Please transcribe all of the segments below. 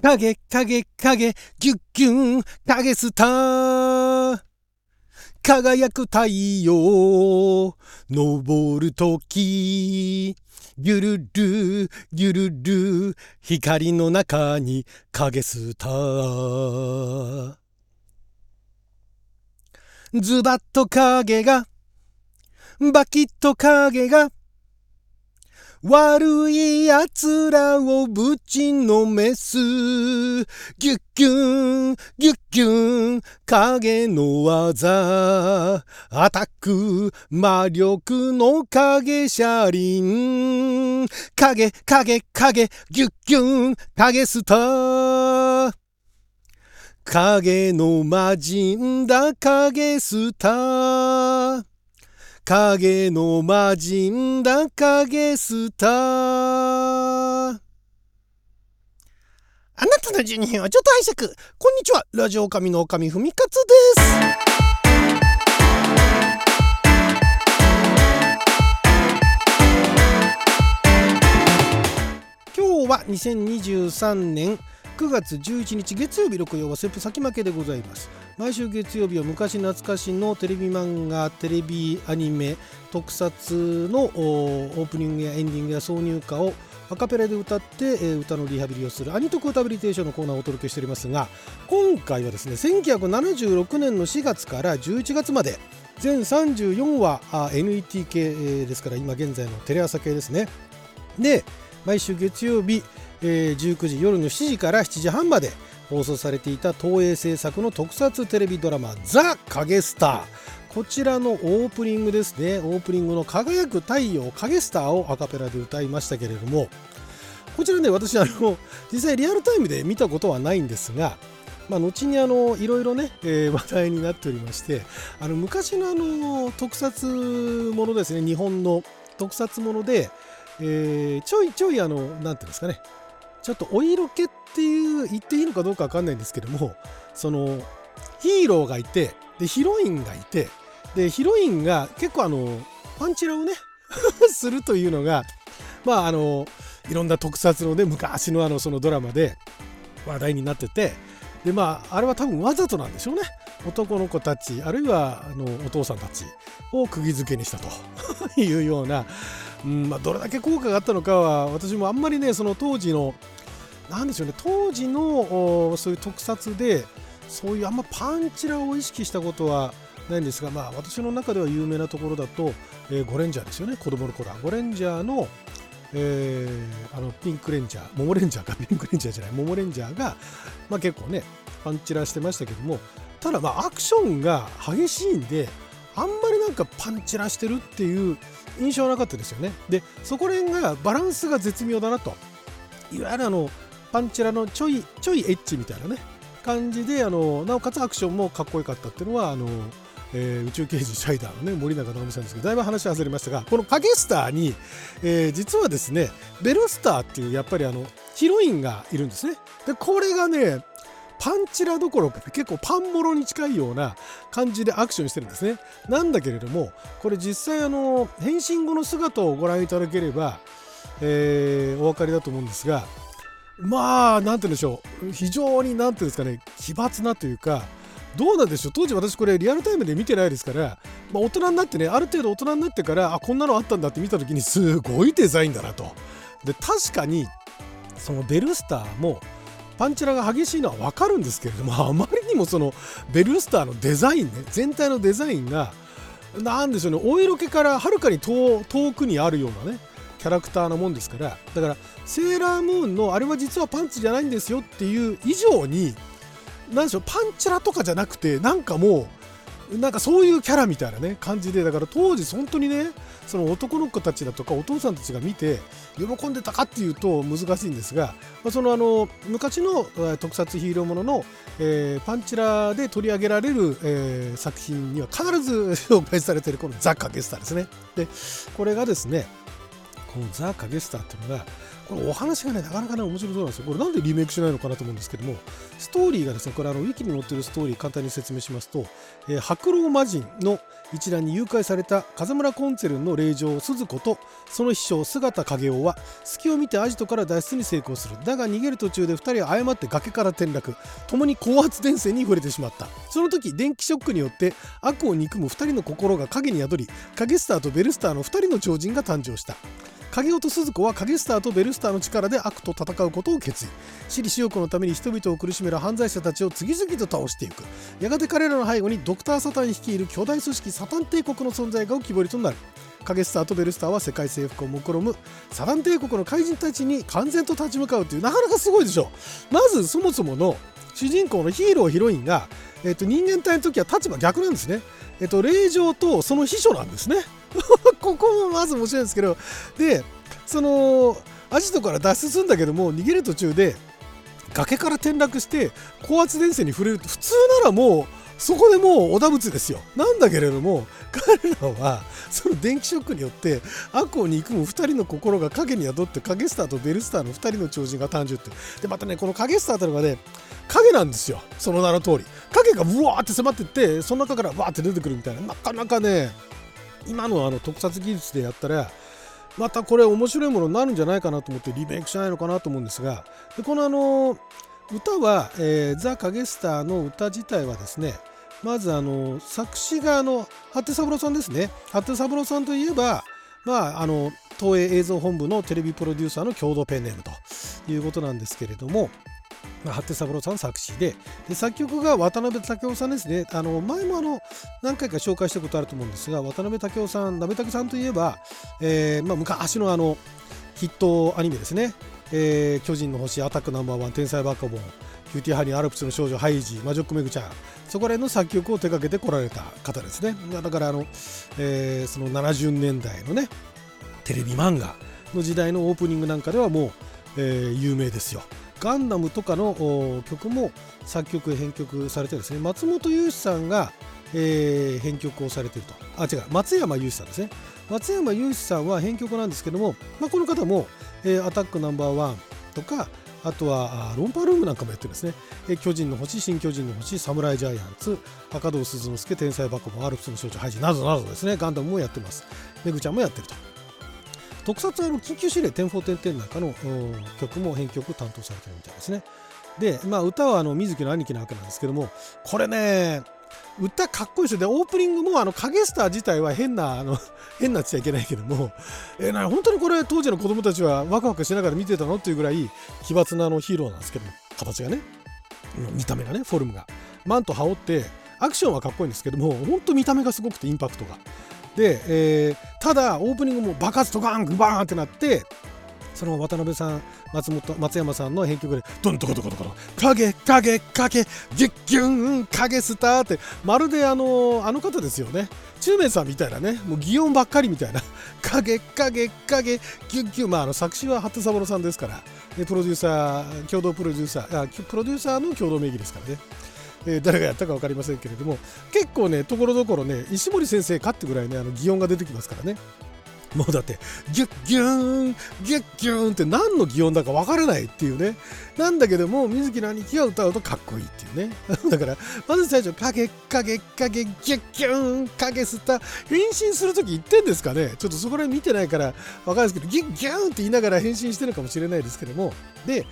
影影影ギュッギュン影スター輝く太陽昇るときゆるるゆるる光の中に影スターズバッと影がバキッと影が悪い奴らをぶちのめすギュッギュンギュッギュン影の技アタック魔力の影車輪影影影ギュッギュン影スター影の魔人だ影スター影の魔人だ影スターあなたの12分をちょっと拝借こんにちはラジオ神の神ふみかつです今日は2023年9月11日月曜日録曜はセップ先負けでございます。毎週月曜日は昔懐かしのテレビ漫画テレビアニメ特撮のオープニングやエンディングや挿入歌をアカペラで歌って歌のリハビリをするアニトク歌ビリテーションのコーナーをお届けしておりますが、今回はですね1976年の4月から11月まで全34話NET 系ですから今現在のテレ朝系ですね。で毎週月曜日19時夜の7時から7時半まで放送されていた東映制作の特撮テレビドラマザ・影スター、こちらのオープニングですね。オープニングの輝く太陽影スターをアカペラで歌いましたけれども、こちらね私実際リアルタイムで見たことはないんですが、後にいろいろね、話題になっておりまして、昔の特撮ものですね、日本の特撮もので、ちょいちょいなんていうんですかね、ちょっとお色気っていう言っていいのかどうかわかんないんですけども、そのヒーローがいてでヒロインがいてでヒロインが結構パンチラをねするというのがいろんな特撮のね昔のそのドラマで話題になってて、であれは多分わざとなんでしょうね。男の子たちあるいはお父さんたちを釘付けにしたというような、どれだけ効果があったのかは私もあんまりねその当時のなんでしょうね、当時のそういう特撮でそういうあんまパンチラを意識したことはないんですが、私の中では有名なところだと、ゴレンジャーですよね。子供の頃はゴレンジャーのピンクレンジャー、モモレンジャーか、ピンクレンジャーじゃない、モモレンジャーが、結構ねパンチラしてましたけども、ただアクションが激しいんであんまりなんかパンチラしてるっていう印象はなかったですよね。でそこら辺がバランスが絶妙だなと、いわゆるパンチラのちょいエッチみたいなね感じでなおかつアクションもかっこよかったっていうのは宇宙刑事シャイダーのね森永直美さんですけど、だいぶ話は外れましたが、この影スターに、実はですねベルスターっていうやっぱりヒロインがいるんですね。でこれがねパンチラどころか結構パンモロに近いような感じでアクションしてるんですね。なんだけれどもこれ実際変身後の姿をご覧いただければ、お分かりだと思うんですが、なんて言うんでしょう、非常になんていうんですかね、奇抜なというか、どうなんでしょう、当時私これリアルタイムで見てないですから、大人になってね、ある程度大人になってからこんなのあったんだって見た時にすごいデザインだなと。で確かにそのベルスターもパンチラが激しいのは分かるんですけれども、あまりにもそのベルスターのデザインね、全体のデザインがなんでしょうね、お色気からはるかに遠くにあるようなねキャラクターなもんですから、だからセーラームーンのあれは実はパンチじゃないんですよっていう以上に、なんでしょう、パンチラとかじゃなくてなんかもうなんかそういうキャラみたいなね感じで、だから当時本当にねその男の子たちだとかお父さんたちが見て喜んでたかっていうと難しいんですが、その昔の特撮ヒーローものの、パンチラで取り上げられる、作品には必ず紹介されているこのザ・影スターですね。でこれがですね、このザ・影スターっていうのがこれお話がねなかなかね面白そうなんですよ。これなんでリメイクしないのかなと思うんですけども、ストーリーがですね、これウィキに載ってるストーリー簡単に説明しますと、白老魔人の一蘭に誘拐された風村コンツェルンの令嬢鈴子とその秘書姿影夫は隙を見てアジトから脱出に成功する。だが逃げる途中で2人は誤って崖から転落、共に高圧電線に触れてしまった。その時電気ショックによって悪を憎む2人の心が影に宿り、影スターとベルスターの2人の超人が誕生した。影夫と鈴子は影スターとベルスターの力で悪と戦うことを決意。私利私欲のために人々を苦しめる犯罪者たちを次々と倒していく。やがて彼らの背後にドクター・サタン率いる巨大組織サタン帝国の存在が浮き彫りとなる。影スターとベルスターは世界征服を目論むサタン帝国の怪人たちに完全と立ち向かうという、なかなかすごいでしょ。まずそもそもの主人公のヒーローヒロインが、人間体の時は立場逆なんですね。令嬢とその秘書なんですね。ここもまず面白いんですけど、でそのアジトから脱出するんだけども、逃げる途中で崖から転落して高圧電線に触れると、普通ならもうそこでもうおだぶつですよ。なんだけれども彼らはその電気ショックによって悪を憎む2人の心が影に宿って、影スターとベルスターの2人の超人が誕生って。でまたね、この影スターというのがね影なんですよ。その名の通り影がブワーって迫ってって、その中からバーって出てくるみたいな、なかなかね今の特撮技術でやったらまたこれ面白いものになるんじゃないかなと思ってリメイクしないのかなと思うんですが、でこの歌は、ザ・影スターの歌自体はですね、まず作詞が八手三郎さんですね。八手三郎さんといえば、東映映像本部のテレビプロデューサーの共同ペンネームということなんですけれども、八手三郎さん作詞で、作曲が渡辺武雄さんですね。前も何回か紹介したことあると思うんですが、渡辺武雄さん、鍋武さんといえば、昔のヒットアニメですね、巨人の星、アタックナンバーワン、天才バカボン、キューティーハニー、アルプスの少女、ハイジ、マジョックメグちゃん、そこら辺の作曲を手掛けてこられた方ですね。だからその70年代のねテレビ漫画の時代のオープニングなんかではもう、有名ですよ。ガンダムとかの曲も作曲編曲されてですね、松本雄志さんが、編曲をされていると。松山雄志さんですね。松山雄志さんは編曲なんですけども、この方も、アタックナンバーワンとか、あとはロンパールームなんかもやってるんですね。巨人の星、新巨人の星、サムライジャイアンツ、赤堂鈴之助、天才バカボン、アルプスの少女ハイジなどなどですね。ガンダムもやってます。メグちゃんもやってると。特撮は緊急指令点4点々なんかの曲も編曲担当されてるみたいですね。で、歌は水木の兄貴なわけなんですけども、これね歌かっこいいですよ。でオープニングも影スター自体は変な変なっちゃいけないけども、本当にこれ当時の子供たちはワクワクしながら見てたのっていうぐらい奇抜なヒーローなんですけども、形がね、見た目がね、フォルムがマント羽織ってアクションはかっこいいんですけども、本当見た目がすごくてインパクトがで、ただオープニングも爆発ドカーングバーンってなって、その渡辺さん、松山さんの編曲でドンドコドコドコド影影影ギュッギュン影スターって、まるであの方ですよね。中明さんみたいなね、もう擬音ばっかりみたいな影影影ギュッギュン、作詞は八手三郎さんですから、プロデューサー共同プロデューサープロデューサーの共同名義ですからね。誰がやったか分かりませんけれども、結構ねところどころね石森先生かってぐらいね擬音が出てきますからね。もうだってギュッギューンギュッギューンって何の擬音だか分からないっていうね。なんだけども水木の兄貴が歌うとかっこいいっていうね。だからまず最初影影影ギュッギューン影スタ変身するとき言ってんですかね。ちょっとそこら辺見てないから分かんないですけど、ギュッギューンって言いながら変身してるかもしれないですけども、で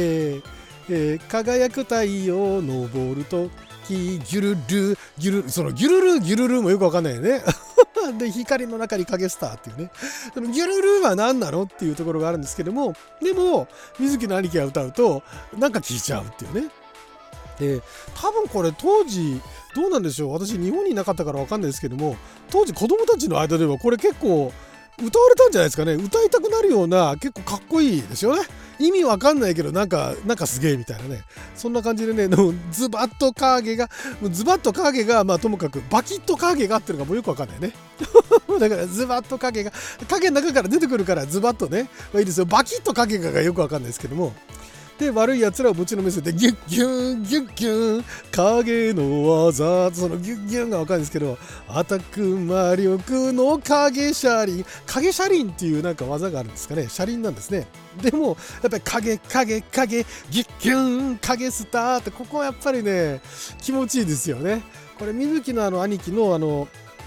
輝く太陽昇るときギュルルギュル、そのギュルルギュルルもよくわかんないよね。で光の中に影スターっていうね、そのギュルルは何なのっていうところがあるんですけども、でも水木の兄貴が歌うとなんか聴いちゃうっていうね。で多分これ当時どうなんでしょう、私日本にいなかったからわかんないですけども、当時子供たちの間ではこれ結構歌われたんじゃないですかね。歌いたくなるような結構かっこいいですよね。意味わかんないけどなんかすげえみたいなね、そんな感じでね、ズバッと影がともかくバキッと影がっていうのがもうよくわかんないね。だからズバッと影が影の中から出てくるからズバッとね、いいですよ。バキッと影がよくわかんないですけども、で悪いやつらをぶちのめせてギュッギュンギュッギュン影の技、そのギュッギュンがわかるんですけど、アタック魔力の影車輪、影車輪っていうなんか技があるんですかね。車輪なんですね。でもやっぱり影影影ギュッギュン影スターって、ここはやっぱりね気持ちいいですよね。これ水木の兄貴の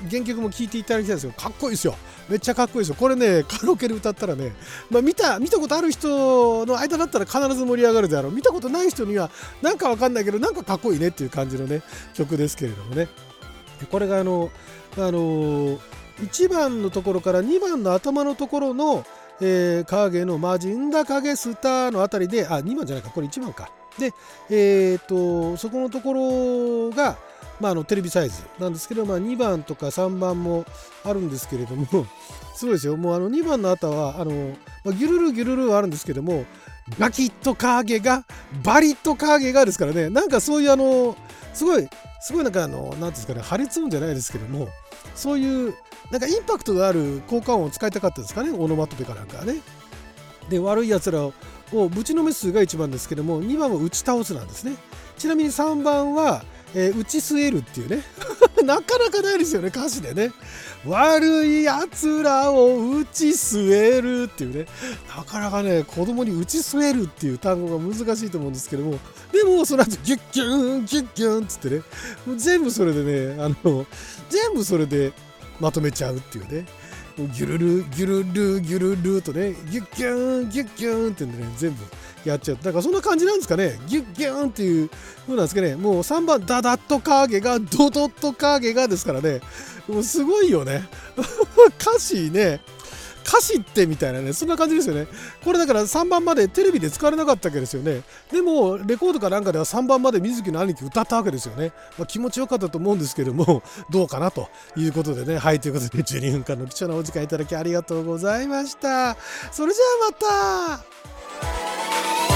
原曲も聴いていただきたいんですよ。かっこいいですよ。めっちゃかっこいいですよ。これね、カラオケで歌ったらね、見たことある人の間だったら必ず盛り上がるであろう。見たことない人にはなんかわかんないけど、なんかかっこいいねっていう感じのね、曲ですけれどもね。これが1番のところから2番の頭のところの、影のマジンダ影スターのあたりで、2番じゃないか、これ1番か。で、そこのところが、テレビサイズなんですけど、2番とか3番もあるんですけれども、すごいですよ。もう2番の後はギュルルギュルルはあるんですけども、ガキッと影がバリッと影がですからね、なんかそういうすごいなんかなんですかね、張り詰むんじゃないですけども、そういうなんかインパクトがある効果音を使いたかったですかね、オノマトペかなんかね。で、悪いやつらをぶちのめすが1番ですけども、2番は打ち倒すなんですね。ちなみに3番は、打ち据えるっていうねなかなかないですよね、歌詞でね。悪いやつらを打ち据えるっていうね、なかなかね、子供に打ち据えるっていう単語が難しいと思うんですけども、でもその後ギュッギュンギュッギュンっつってね、もう全部それでね、全部それでまとめちゃうっていうね、ギュルルギュルルギュルルとね、ギュッギュンギュッギュンってね、全部やっちゃう。だからそんな感じなんですかね。ギュッギュンっていう風なんですかね。もう3番ダダッと影がドドッと影がですからね。もうすごいよね。歌詞ってみたいなね、そんな感じですよね。これだから3番までテレビで使われなかったわけですよね。でもレコードかなんかでは3番まで水木の兄貴歌ったわけですよね。気持ちよかったと思うんですけども、どうかなということでね。はい、ということで12分間の貴重なお時間いただきありがとうございました。それじゃあまた。